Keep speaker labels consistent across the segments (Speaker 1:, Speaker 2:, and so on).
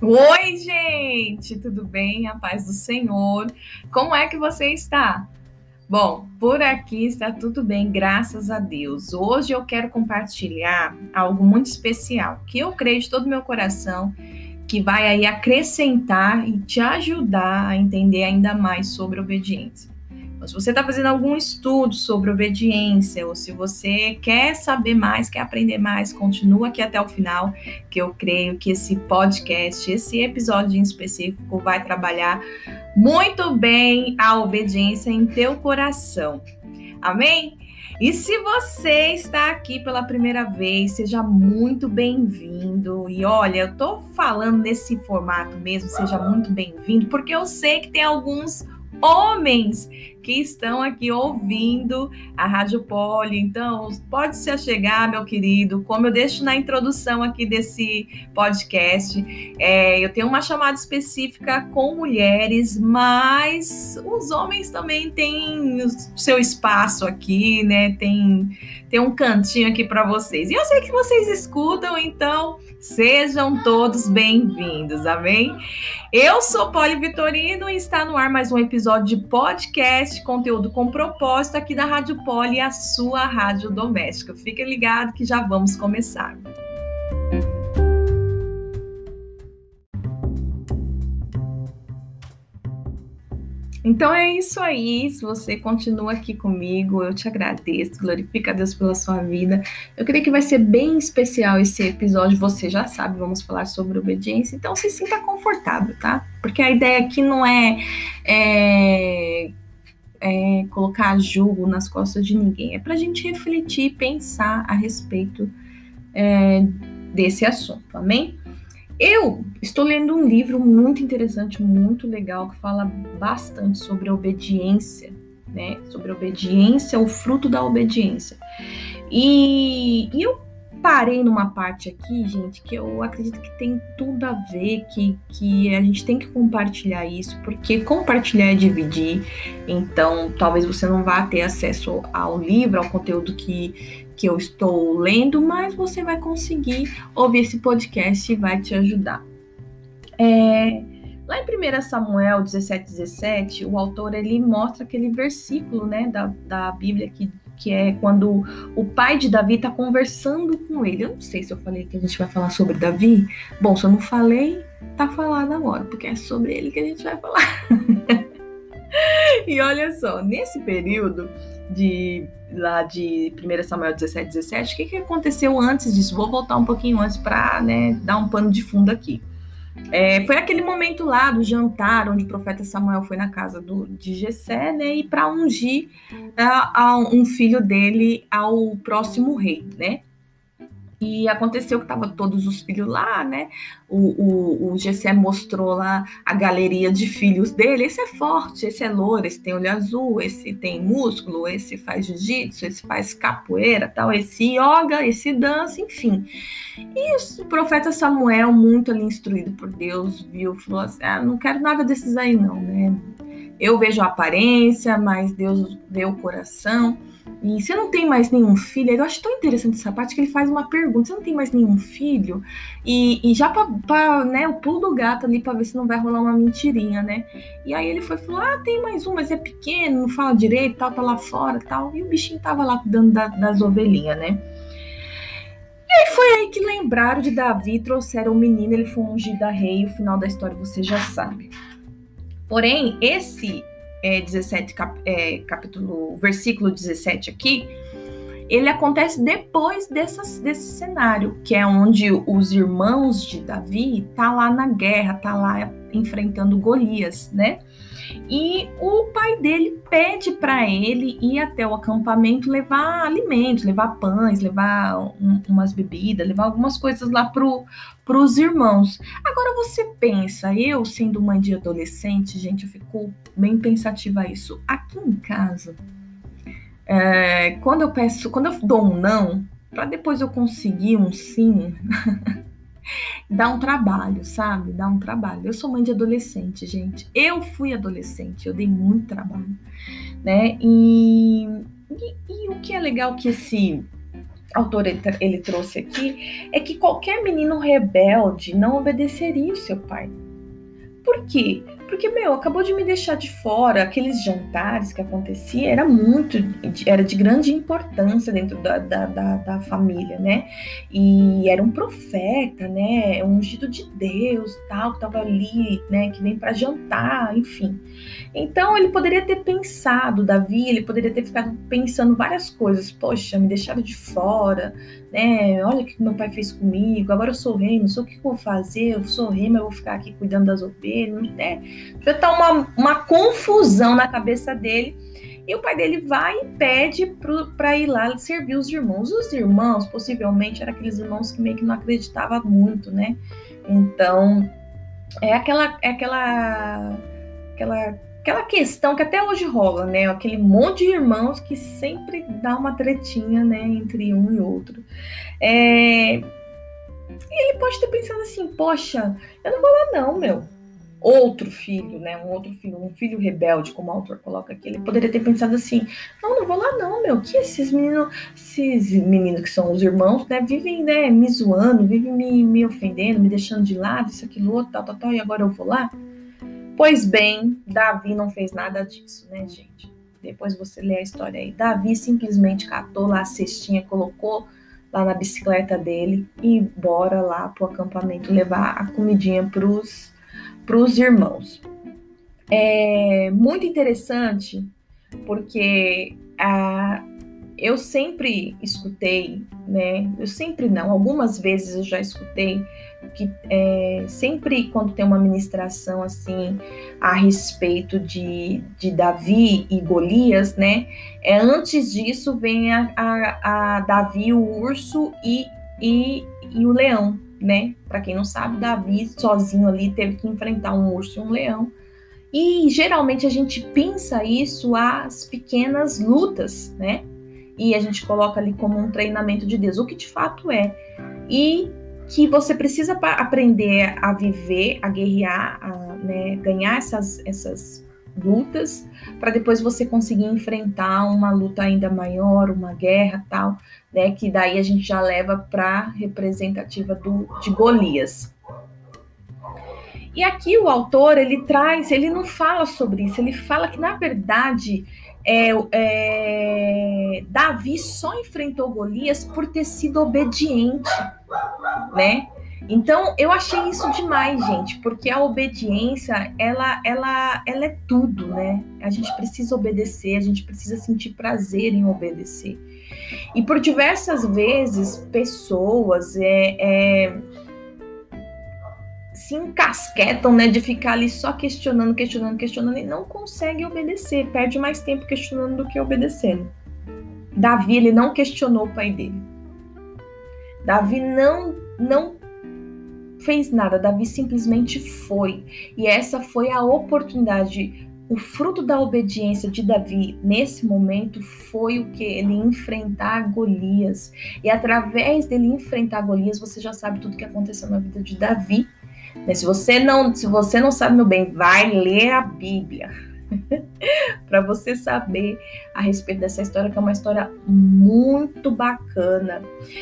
Speaker 1: Oi, gente, tudo bem? A paz do Senhor. Como é que você está? Bom, por aqui está tudo bem, graças a Deus. Hoje eu quero compartilhar algo muito especial, que eu creio de todo o meu coração, que vai aí acrescentar e te ajudar a entender ainda mais sobre obediência. Então, se você está fazendo algum estudo sobre obediência, ou se você quer saber mais, quer aprender mais, continua aqui até o final, que eu creio que esse podcast, esse episódio em específico, vai trabalhar muito bem a obediência em teu coração. Amém? E se você está aqui pela primeira vez, seja muito bem-vindo. E olha, eu tô falando nesse formato mesmo, seja muito bem-vindo, porque eu sei que tem alguns homens que estão aqui ouvindo a Rádio Poli. Então, pode se achegar, meu querido, como eu deixo na introdução aqui desse podcast. Eu tenho uma chamada específica com mulheres, mas os homens também têm o seu espaço aqui, né? Tem um cantinho aqui para vocês. E eu sei que vocês escutam, então sejam todos bem-vindos, amém? Eu sou Poli Vitorino e está no ar mais um episódio de podcast, conteúdo com propósito aqui da Rádio Poli, a sua rádio doméstica. Fique ligado que já vamos começar. Então é isso aí, se você continua aqui comigo, eu te agradeço, glorifica a Deus pela sua vida. Eu creio que vai ser bem especial esse episódio, você já sabe, vamos falar sobre obediência, então se sinta confortável, tá? Porque a ideia aqui não é colocar julgo nas costas de ninguém, é pra gente refletir e pensar a respeito desse assunto, amém? Eu estou lendo um livro muito interessante, muito legal, que fala bastante sobre a obediência, né? Sobre a obediência, o fruto da obediência. E eu parei numa parte aqui, gente, que eu acredito que tem tudo a ver, que a gente tem que compartilhar isso, porque compartilhar é dividir. Então, talvez você não vá ter acesso ao livro, ao conteúdo que eu estou lendo, mas você vai conseguir ouvir esse podcast e vai te ajudar. Lá em 1 Samuel 17:17, o autor ele mostra aquele versículo, né, da Bíblia que é quando o pai de Davi está conversando com ele. Eu não sei se eu falei que a gente vai falar sobre Davi. Bom, se eu não falei, tá falado agora, porque é sobre ele que a gente vai falar. E olha só, nesse período lá de 1 Samuel 17:17, o que aconteceu antes disso? Vou voltar um pouquinho antes para, né, dar um pano de fundo aqui. Foi aquele momento lá do jantar, onde o profeta Samuel foi na casa de Jessé, né, e para ungir um filho dele ao próximo rei, né? E aconteceu que estavam todos os filhos lá, né? O Jessé mostrou lá a galeria de filhos dele. Esse é forte, esse é louro, esse tem olho azul, esse tem músculo, esse faz jiu-jitsu, esse faz capoeira, tal, esse yoga, esse dança, enfim. E o profeta Samuel, muito ali instruído por Deus, viu, falou assim, não quero nada desses aí não, né? Eu vejo a aparência, mas Deus vê o coração. E você não tem mais nenhum filho? Eu acho tão interessante essa parte que ele faz uma pergunta. Você não tem mais nenhum filho? E já pra né, o pulo do gato ali pra ver se não vai rolar uma mentirinha, né? E aí ele falou, tem mais um, mas é pequeno, não fala direito, tal, tá lá fora, tal. E o bichinho tava lá cuidando das ovelhinhas, né? E aí foi aí que lembraram de Davi, trouxeram o menino, ele foi ungido a rei, o final da história você já sabe. Porém, esse versículo 17 aqui, ele acontece depois desse cenário, que é onde os irmãos de Davi tá lá na guerra, tá lá enfrentando Golias, né? E o pai dele pede para ele ir até o acampamento levar alimentos, levar pães, levar umas bebidas, levar algumas coisas lá para os irmãos. Agora você pensa, eu sendo mãe de adolescente, gente, eu fico bem pensativa a isso. Aqui em casa, quando eu dou um não, para depois eu conseguir um sim, dá um trabalho, sabe? Dá um trabalho. Eu sou mãe de adolescente, gente. Eu fui adolescente, eu dei muito trabalho, né? E o que é legal que autor ele trouxe aqui é que qualquer menino rebelde não obedeceria o seu pai. Por quê? Porque, acabou de me deixar de fora. Aqueles jantares que acontecia era de grande importância dentro da família, né? E era um profeta, né? Um ungido de Deus, tal, que estava ali, né? Que vem para jantar, enfim. Então, ele poderia ter pensado, Davi, ele poderia ter ficado pensando várias coisas. Poxa, me deixaram de fora, né? Olha o que meu pai fez comigo. Agora eu sou rei, não sei o que eu vou fazer. Eu sou rei, mas eu vou ficar aqui cuidando das ovelhas, né? Já tá uma confusão na cabeça dele. E o pai dele vai e pede para ir lá servir os irmãos. Os irmãos, possivelmente, eram aqueles irmãos que meio que não acreditavam muito, né? Então, é aquela questão que até hoje rola, né? Aquele monte de irmãos que sempre dá uma tretinha, né? Entre um e outro. E ele pode ter pensado assim, poxa, eu não vou lá não, meu. Outro filho, né? Um filho rebelde, como o autor coloca aqui, ele poderia ter pensado assim, não vou lá não, meu, que esses meninos que são os irmãos, né, vivem, né, me zoando, vivem me ofendendo, me deixando de lado, isso, aquilo, outro, tal, e agora eu vou lá? Pois bem, Davi não fez nada disso, né, gente? Depois você lê a história aí. Davi simplesmente catou lá a cestinha, colocou lá na bicicleta dele e bora lá pro acampamento levar a comidinha pros irmãos. É muito interessante porque eu sempre escutei, né? Algumas vezes eu já escutei que sempre quando tem uma ministração assim a respeito de Davi e Golias, né? Antes disso vem a Davi, o urso e o leão, né? Para quem não sabe, Davi sozinho ali teve que enfrentar um urso e um leão. E geralmente a gente pensa isso às pequenas lutas, né? E a gente coloca ali como um treinamento de Deus, o que de fato é. E que você precisa aprender a viver, a guerrear, né, ganhar essas lutas, para depois você conseguir enfrentar uma luta ainda maior, uma guerra tal, né? Que daí a gente já leva para a representativa de Golias. E aqui o autor, ele não fala sobre isso, ele fala que, na verdade, Davi só enfrentou Golias por ter sido obediente, né? Então, eu achei isso demais, gente, porque a obediência, ela é tudo, né? A gente precisa obedecer, a gente precisa sentir prazer em obedecer. E por diversas vezes, pessoas se encasquetam, né, de ficar ali só questionando e não consegue obedecer, perde mais tempo questionando do que obedecendo. Davi, ele não questionou o pai dele. Davi não fez nada, Davi simplesmente foi. E essa foi a oportunidade, o fruto da obediência de Davi nesse momento foi o que? Ele enfrentar Golias. E através dele enfrentar Golias, você já sabe tudo que aconteceu na vida de Davi. Se você não sabe, meu bem, vai ler a Bíblia para você saber a respeito dessa história, que é uma história muito bacana.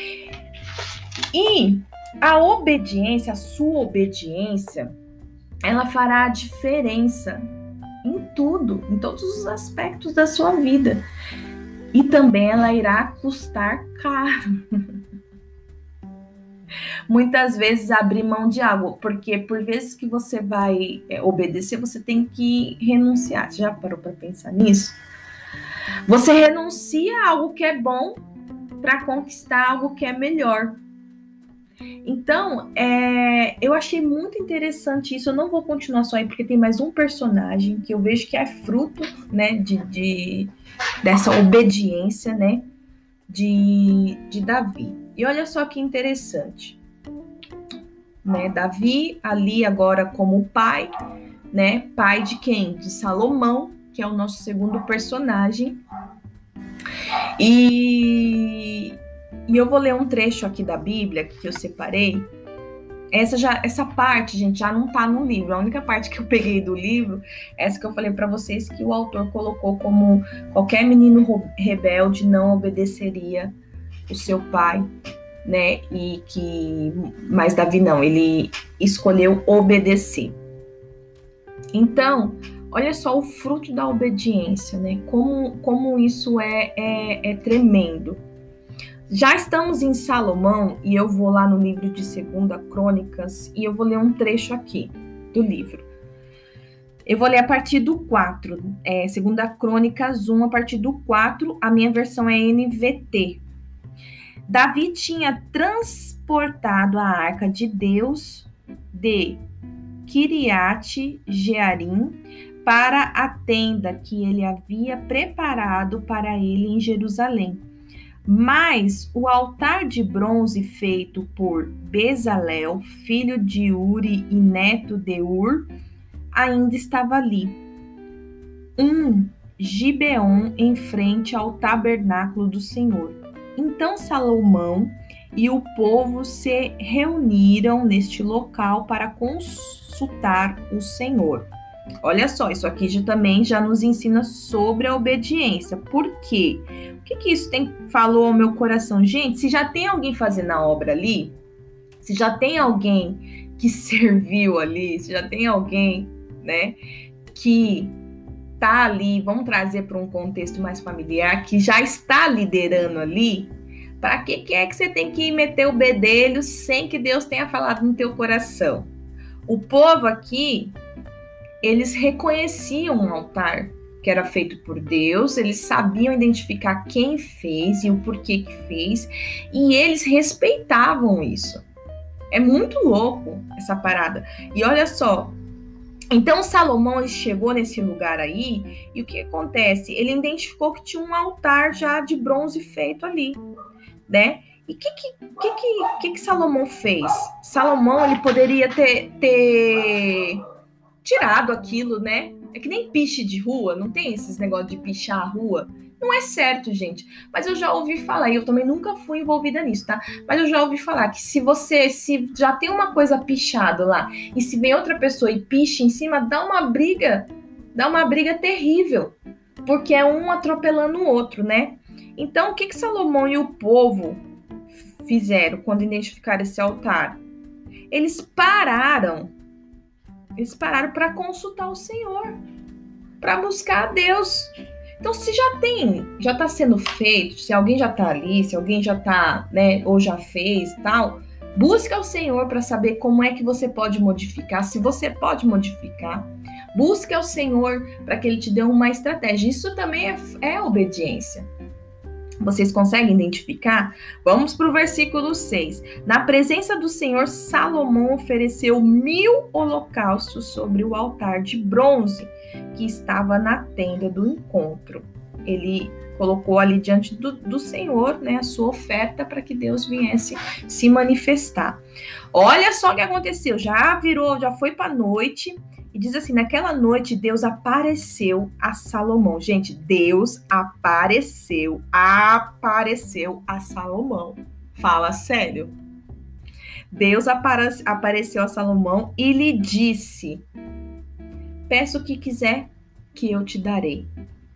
Speaker 1: E a obediência, a sua obediência, ela fará a diferença em tudo, em todos os aspectos da sua vida. E também ela irá custar caro. Muitas vezes abrir mão de algo, porque por vezes que você vai obedecer, você tem que renunciar. Você já parou para pensar nisso? Você renuncia a algo que é bom para conquistar algo que é melhor. Então, eu achei muito interessante isso. Eu não vou continuar só aí, porque tem mais um personagem que eu vejo que é fruto, né, dessa obediência, né, de Davi. E olha só que interessante, né? Davi ali agora como pai, né? Pai de quem? De Salomão, que é o nosso segundo personagem. E eu vou ler um trecho aqui da Bíblia que eu separei. Essa parte, gente, já não tá no livro. A única parte que eu peguei do livro, essa que eu falei para vocês, que o autor colocou como qualquer menino rebelde não obedeceria o seu pai, né? Mas Davi não, ele escolheu obedecer. Então, olha só o fruto da obediência, né? Como isso é tremendo. Já estamos em Salomão e eu vou lá no livro de 2 Crônicas e eu vou ler um trecho aqui do livro. Eu vou ler a partir do 4, 2 Crônicas 1, a partir do 4, a minha versão é NVT. Davi tinha transportado a arca de Deus de Kiriat Jearim para a tenda que ele havia preparado para ele em Jerusalém. Mas o altar de bronze feito por Bezalel, filho de Uri e neto de Ur, ainda estava ali. Gibeon em frente ao tabernáculo do Senhor. Então Salomão e o povo se reuniram neste local para consultar o Senhor. Olha só, isso aqui também já nos ensina sobre a obediência. Por quê? O que isso falou ao meu coração? Gente, se já tem alguém fazendo a obra ali, se já tem alguém que serviu ali, se já tem alguém, né, que tá ali, vamos trazer para um contexto mais familiar, que já está liderando ali, para que é que você tem que meter o bedelho sem que Deus tenha falado no teu coração? O povo aqui, eles reconheciam um altar que era feito por Deus, eles sabiam identificar quem fez e o porquê que fez, e eles respeitavam isso. É muito louco essa parada. E olha só, então Salomão ele chegou nesse lugar aí, e o que acontece? Ele identificou que tinha um altar já de bronze feito ali, né? E o que Salomão fez? Salomão ele poderia ter tirado aquilo, né? É que nem piche de rua, não tem esses negócios de pichar a rua? Não é certo, gente. Mas eu já ouvi falar, e eu também nunca fui envolvida nisso, tá? Mas eu já ouvi falar que se já tem uma coisa pichada lá, e se vem outra pessoa e picha em cima, dá uma briga terrível, porque é um atropelando o outro, né? Então, o que Salomão e o povo fizeram quando identificaram esse altar? Eles pararam para consultar o Senhor, para buscar a Deus. Então, se já está sendo feito, se alguém já está ali, se alguém já está, né, ou já fez tal, busca o Senhor para saber como é que você pode modificar, se você pode modificar. Busca o Senhor para que Ele te dê uma estratégia. Isso também é obediência. Vocês conseguem identificar? Vamos para o versículo 6. Na presença do Senhor, Salomão ofereceu 1000 holocaustos sobre o altar de bronze que estava na tenda do encontro. Ele colocou ali diante do Senhor, né, a sua oferta para que Deus viesse se manifestar. Olha só o que aconteceu. Já foi para a noite. E diz assim, naquela noite Deus apareceu a Salomão. Gente, Deus apareceu a Salomão. Fala sério. Deus apareceu a Salomão e lhe disse, peça o que quiser que eu te darei.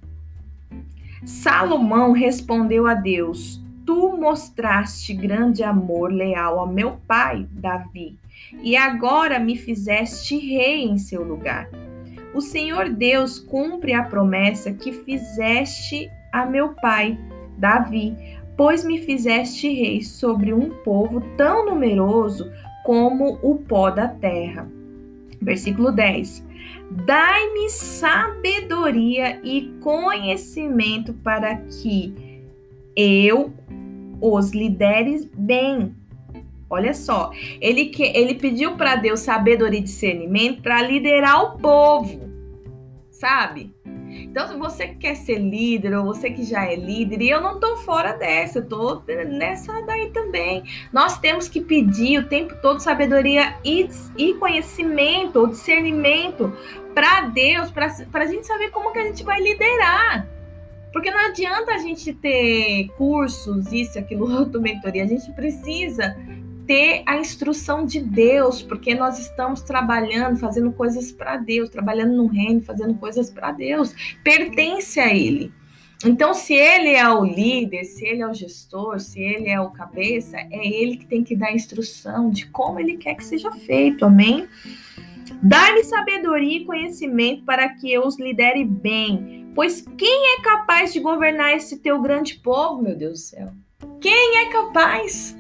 Speaker 1: Salomão respondeu a Deus, tu mostraste grande amor leal ao meu pai, Davi, e agora me fizeste rei em seu lugar. O Senhor Deus cumpre a promessa que fizeste a meu pai, Davi, pois me fizeste rei sobre um povo tão numeroso como o pó da terra. Versículo 10. Dai-me sabedoria e conhecimento para que eu os lidere bem. Olha só, ele pediu para Deus sabedoria e discernimento para liderar o povo, sabe? Então, se você quer ser líder, ou você que já é líder, e eu não tô fora dessa, eu tô nessa daí também. Nós temos que pedir o tempo todo sabedoria e conhecimento, ou discernimento para Deus, para a gente saber como que a gente vai liderar. Porque não adianta a gente ter cursos, isso, aquilo, outro, mentoria. A gente precisa ter a instrução de Deus, porque nós estamos trabalhando, fazendo coisas para Deus, trabalhando no reino, fazendo coisas para Deus. Pertence a Ele. Então, se ele é o líder, se ele é o gestor, se ele é o cabeça, é ele que tem que dar a instrução de como ele quer que seja feito, amém? Dá-me sabedoria e conhecimento para que eu os lidere bem, pois quem é capaz de governar esse teu grande povo, meu Deus do céu? Quem é capaz?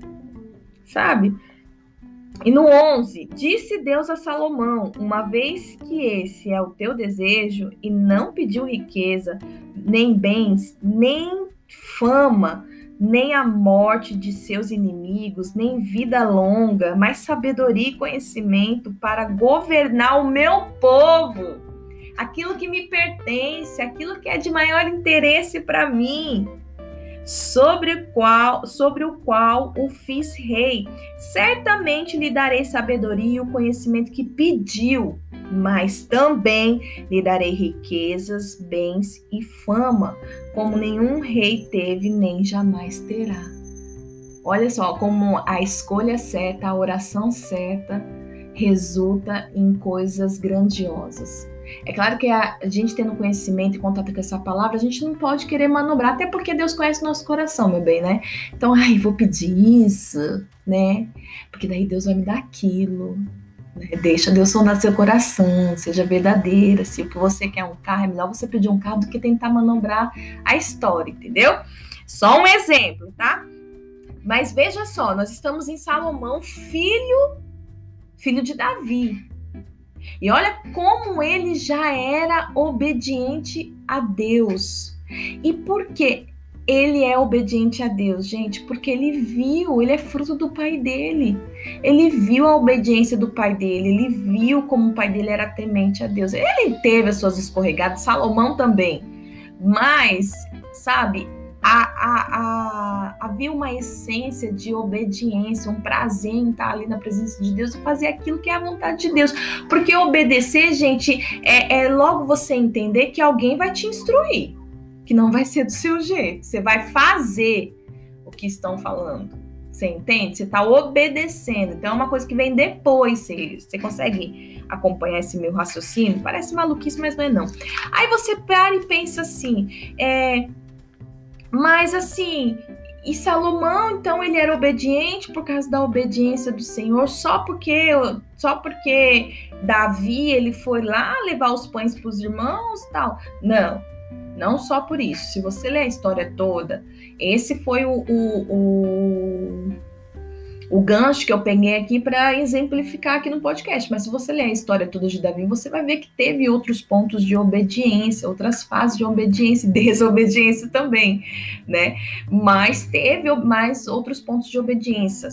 Speaker 1: Sabe? E no 11, disse Deus a Salomão, uma vez que esse é o teu desejo e não pediu riqueza, nem bens, nem fama, nem a morte de seus inimigos, nem vida longa, mas sabedoria e conhecimento para governar o meu povo, aquilo que me pertence, aquilo que é de maior interesse para mim, sobre o qual o fiz rei. Certamente lhe darei sabedoria e o conhecimento que pediu, mas também lhe darei riquezas, bens e fama, como nenhum rei teve nem jamais terá. Olha só como a escolha certa, a oração certa, resulta em coisas grandiosas. É claro que a gente tendo conhecimento e contato com essa palavra, a gente não pode querer manobrar, até porque Deus conhece o nosso coração, meu bem, né? Então, vou pedir isso, né? Porque daí Deus vai me dar aquilo. Né? Deixa Deus sondar seu coração, seja verdadeira. Se o que você quer um carro, é melhor você pedir um carro do que tentar manobrar a história, entendeu? Só um exemplo, tá? Mas veja só, nós estamos em Salomão, filho de Davi. E olha como ele já era obediente a Deus. E por que ele é obediente a Deus, gente? Porque ele é fruto do pai dele. Ele viu a obediência do pai dele, ele viu como o pai dele era temente a Deus. Ele teve as suas escorregadas, Salomão também. Mas, sabe, havia uma essência de obediência, um prazer em estar ali na presença de Deus e fazer aquilo que é a vontade de Deus. Porque obedecer, gente, é logo você entender que alguém vai te instruir, que não vai ser do seu jeito. Você vai fazer o que estão falando. Você entende? Você está obedecendo. Então é uma coisa que vem depois. Você consegue acompanhar esse meu raciocínio? Parece maluquice, mas não é não. Aí você para e pensa assim, mas assim, e Salomão, então, ele era obediente por causa da obediência do Senhor, só porque Davi, ele foi lá levar os pães para os irmãos e tal? Não só por isso. Se você ler a história toda, esse foi o gancho que eu peguei aqui para exemplificar aqui no podcast. Mas se você ler a história toda de Davi, você vai ver que teve outros pontos de obediência, outras fases de obediência e desobediência também, né? Mas teve mais outros pontos de obediência.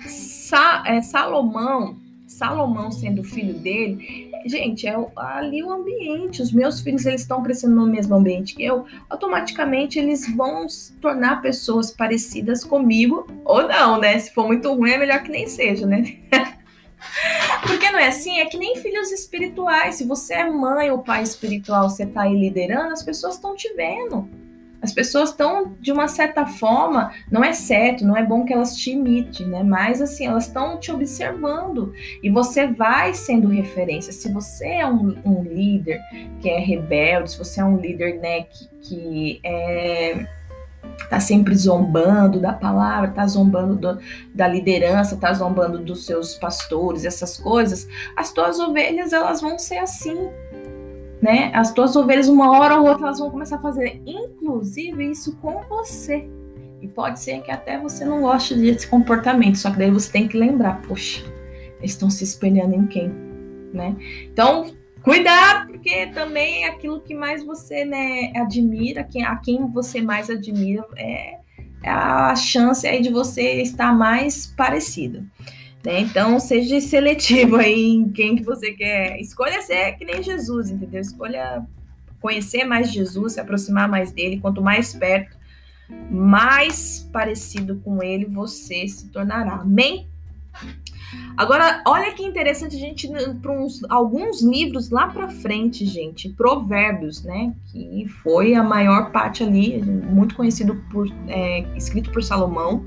Speaker 1: Salomão sendo filho dele, gente, ali o ambiente, os meus filhos, eles estão crescendo no mesmo ambiente que eu, automaticamente eles vão se tornar pessoas parecidas comigo, ou não, né? Se for muito ruim, é melhor que nem seja, né? Porque não é assim? É que nem filhos espirituais. Se você é mãe ou pai espiritual, você tá aí liderando, as pessoas estão te vendo. As pessoas estão, de uma certa forma, não é certo, não é bom que elas te imitem, né? Mas, assim, elas estão te observando e você vai sendo referência. Se você é um líder que é rebelde, se você é um líder, né, que tá sempre zombando da palavra, tá zombando da liderança, tá zombando dos seus pastores, essas coisas, as tuas ovelhas, elas vão ser assim, né? As tuas ovelhas, uma hora ou outra, elas vão começar a fazer, inclusive, isso com você. E pode ser que até você não goste desse comportamento, só que daí você tem que lembrar, poxa, eles estão se espelhando em quem, né? Então, cuidado, porque também é aquilo que mais você, né, admira, a quem você mais admira, é a chance aí de você estar mais parecido. Né? Então, seja seletivo aí em quem que você quer. Escolha ser que nem Jesus, entendeu? Escolha conhecer mais Jesus, se aproximar mais dele. Quanto mais perto, mais parecido com ele você se tornará. Amém? Agora, olha que interessante a gente ir para alguns livros lá para frente, gente. Provérbios, né? Que foi a maior parte ali, muito conhecido escrito por Salomão.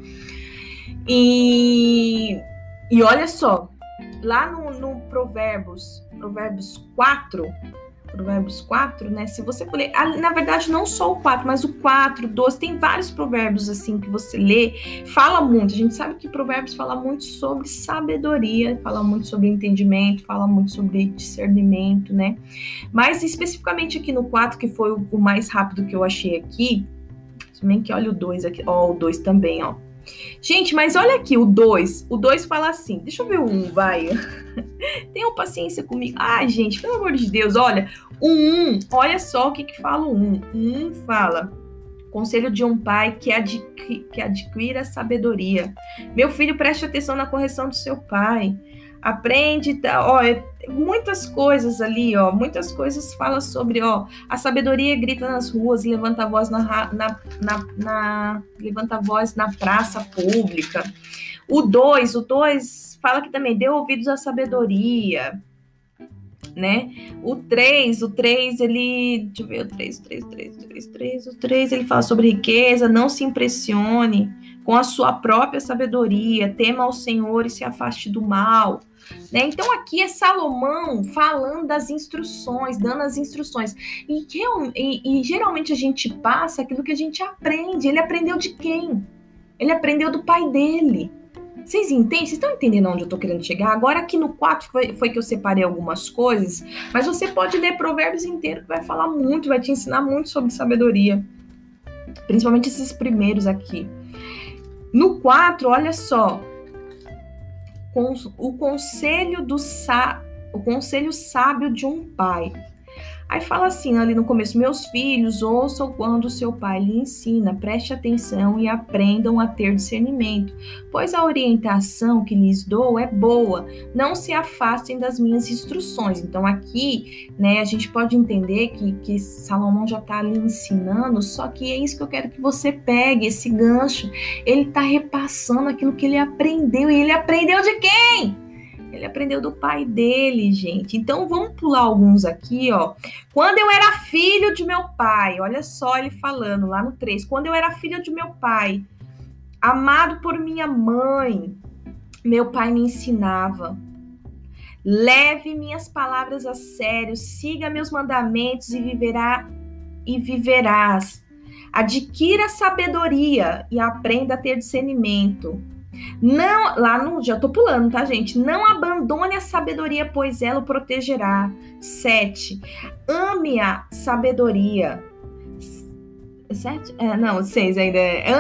Speaker 1: E olha só, lá no Provérbios 4, Provérbios 4, né? Se você for ler, na verdade, não só o 4, mas o 4, 12, tem vários provérbios assim que você lê, fala muito. A gente sabe que Provérbios fala muito sobre sabedoria, fala muito sobre entendimento, fala muito sobre discernimento, né? Mas especificamente aqui no 4, que foi o mais rápido que eu achei aqui, se bem que olha o 2 aqui, ó, o 2 também, ó. Gente, mas olha aqui o 2. O 2 fala assim, deixa eu ver o 1, vai. Tenham paciência comigo. Ai, gente, pelo amor de Deus, olha. O 1, olha só o que fala o 1. O 1 fala, conselho de um pai que adquira sabedoria. Meu filho, preste atenção na correção do seu pai. Aprende, ó, muitas coisas ali, ó, muitas coisas fala sobre, ó, a sabedoria grita nas ruas, levanta a voz levanta a voz na praça pública. O 2 fala que também dê ouvidos à sabedoria, né? O 3, ele, deixa eu ver, o 3, ele fala sobre riqueza, não se impressione com a sua própria sabedoria, tema ao Senhor e se afaste do mal, né? Então aqui é Salomão falando das instruções, dando as instruções, e geralmente a gente passa aquilo que a gente aprende. Ele aprendeu de quem? Ele aprendeu do pai dele. Vocês entendem? Vocês estão entendendo onde eu estou querendo chegar? Agora aqui no 4 foi que eu separei algumas coisas, mas você pode ler Provérbios inteiro, que vai falar muito, vai te ensinar muito sobre sabedoria. Principalmente esses primeiros aqui. No 4, olha só. O conselho sábio de um pai. Aí fala assim, ali no começo, meus filhos, ouçam quando seu pai lhe ensina, preste atenção e aprendam a ter discernimento, pois a orientação que lhes dou é boa, não se afastem das minhas instruções. Então aqui, né, a gente pode entender que Salomão já está ali ensinando, só que é isso que eu quero que você pegue, esse gancho. Ele está repassando aquilo que ele aprendeu, e ele aprendeu de quem? Ele aprendeu do pai dele, gente. Então, vamos pular alguns aqui, ó. Quando eu era filho de meu pai, olha só ele falando lá no 3. Quando eu era filho de meu pai, amado por minha mãe, meu pai me ensinava. Leve minhas palavras a sério, siga meus mandamentos e viverás. Adquira sabedoria e aprenda a ter discernimento. Não, lá no, já tô pulando, tá, gente? Não abandone a sabedoria, pois ela o protegerá. 7. Ame a sabedoria. 7? Não, 6 ainda.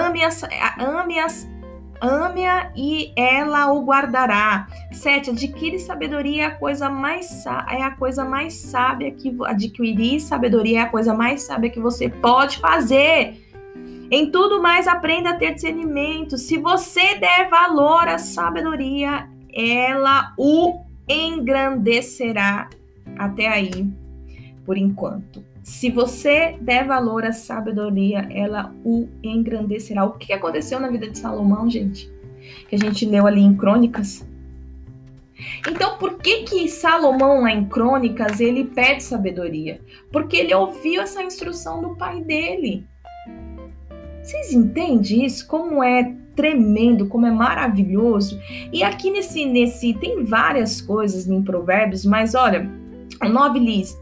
Speaker 1: Ame-a e ela o guardará. 7. Adquire sabedoria, é a coisa mais sábia que adquirir sabedoria é a coisa mais sábia que você pode fazer. Em tudo mais, aprenda a ter discernimento. Se você der valor à sabedoria, ela o engrandecerá. Até aí, por enquanto. Se você der valor à sabedoria, ela o engrandecerá. O que aconteceu na vida de Salomão, gente? Que a gente leu ali em Crônicas. Então, por que Salomão, lá em Crônicas, ele pede sabedoria? Porque ele ouviu essa instrução do pai dele. Vocês entendem isso? Como é tremendo, como é maravilhoso. E aqui tem várias coisas em Provérbios, mas olha, o 9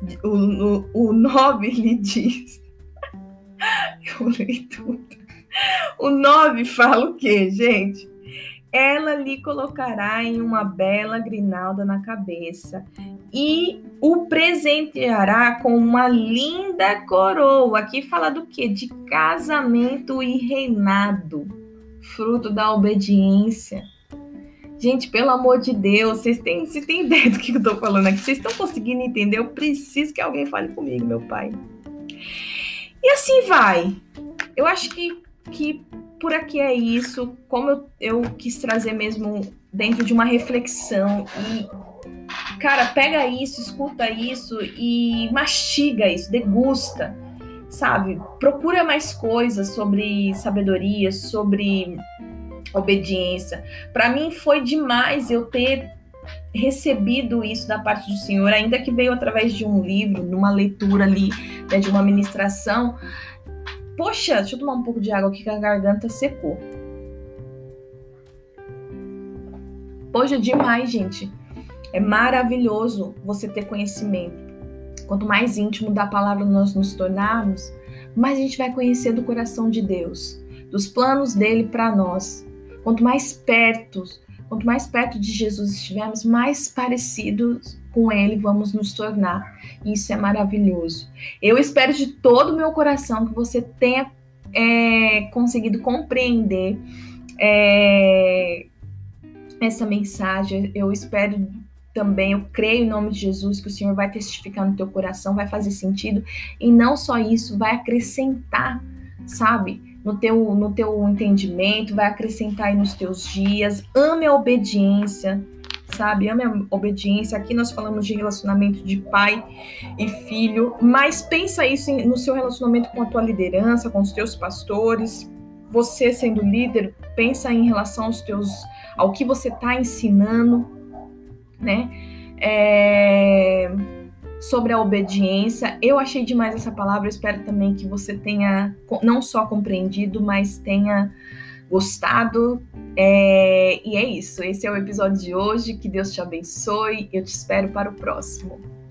Speaker 1: lhe diz. Eu li tudo. O 9 fala o quê, gente? Ela lhe colocará em uma bela grinalda na cabeça e o presenteará com uma linda coroa. Aqui fala do quê? De casamento e reinado, fruto da obediência. Gente, pelo amor de Deus, vocês têm ideia do que eu tô falando aqui? Vocês estão conseguindo entender? Eu preciso que alguém fale comigo, meu pai. E assim vai. Eu acho que por aqui é isso, como eu quis trazer mesmo dentro de uma reflexão. E, cara, pega isso, escuta isso e mastiga isso, degusta, sabe? Procura mais coisas sobre sabedoria, sobre obediência. Para mim foi demais eu ter recebido isso da parte do Senhor, ainda que veio através de um livro, numa leitura ali, né, de uma ministração. Poxa, deixa eu tomar um pouco de água aqui que a garganta secou. Poxa, demais, gente. É maravilhoso você ter conhecimento. quanto mais íntimo da palavra nós nos tornarmos, mais a gente vai conhecer do coração de Deus, dos planos dele para nós. Quanto mais perto de Jesus estivermos, mais parecidos com ele vamos nos tornar. Isso é maravilhoso. Eu espero de todo o meu coração que você tenha conseguido compreender essa mensagem. Eu espero também, eu creio em nome de Jesus que o Senhor vai testificar no teu coração, vai fazer sentido, e não só isso, vai acrescentar, sabe, no teu entendimento, vai acrescentar aí nos teus dias. Ame a obediência, sabe, ame a obediência. Aqui nós falamos de relacionamento de pai e filho, mas pensa isso no seu relacionamento com a tua liderança, com os teus pastores. Você sendo líder, pensa em relação ao que você está ensinando, né? Sobre a obediência. Eu achei demais essa palavra, eu espero também que você tenha não só compreendido, mas tenha gostado. E é isso, esse é o episódio de hoje, que Deus te abençoe, eu te espero para o próximo.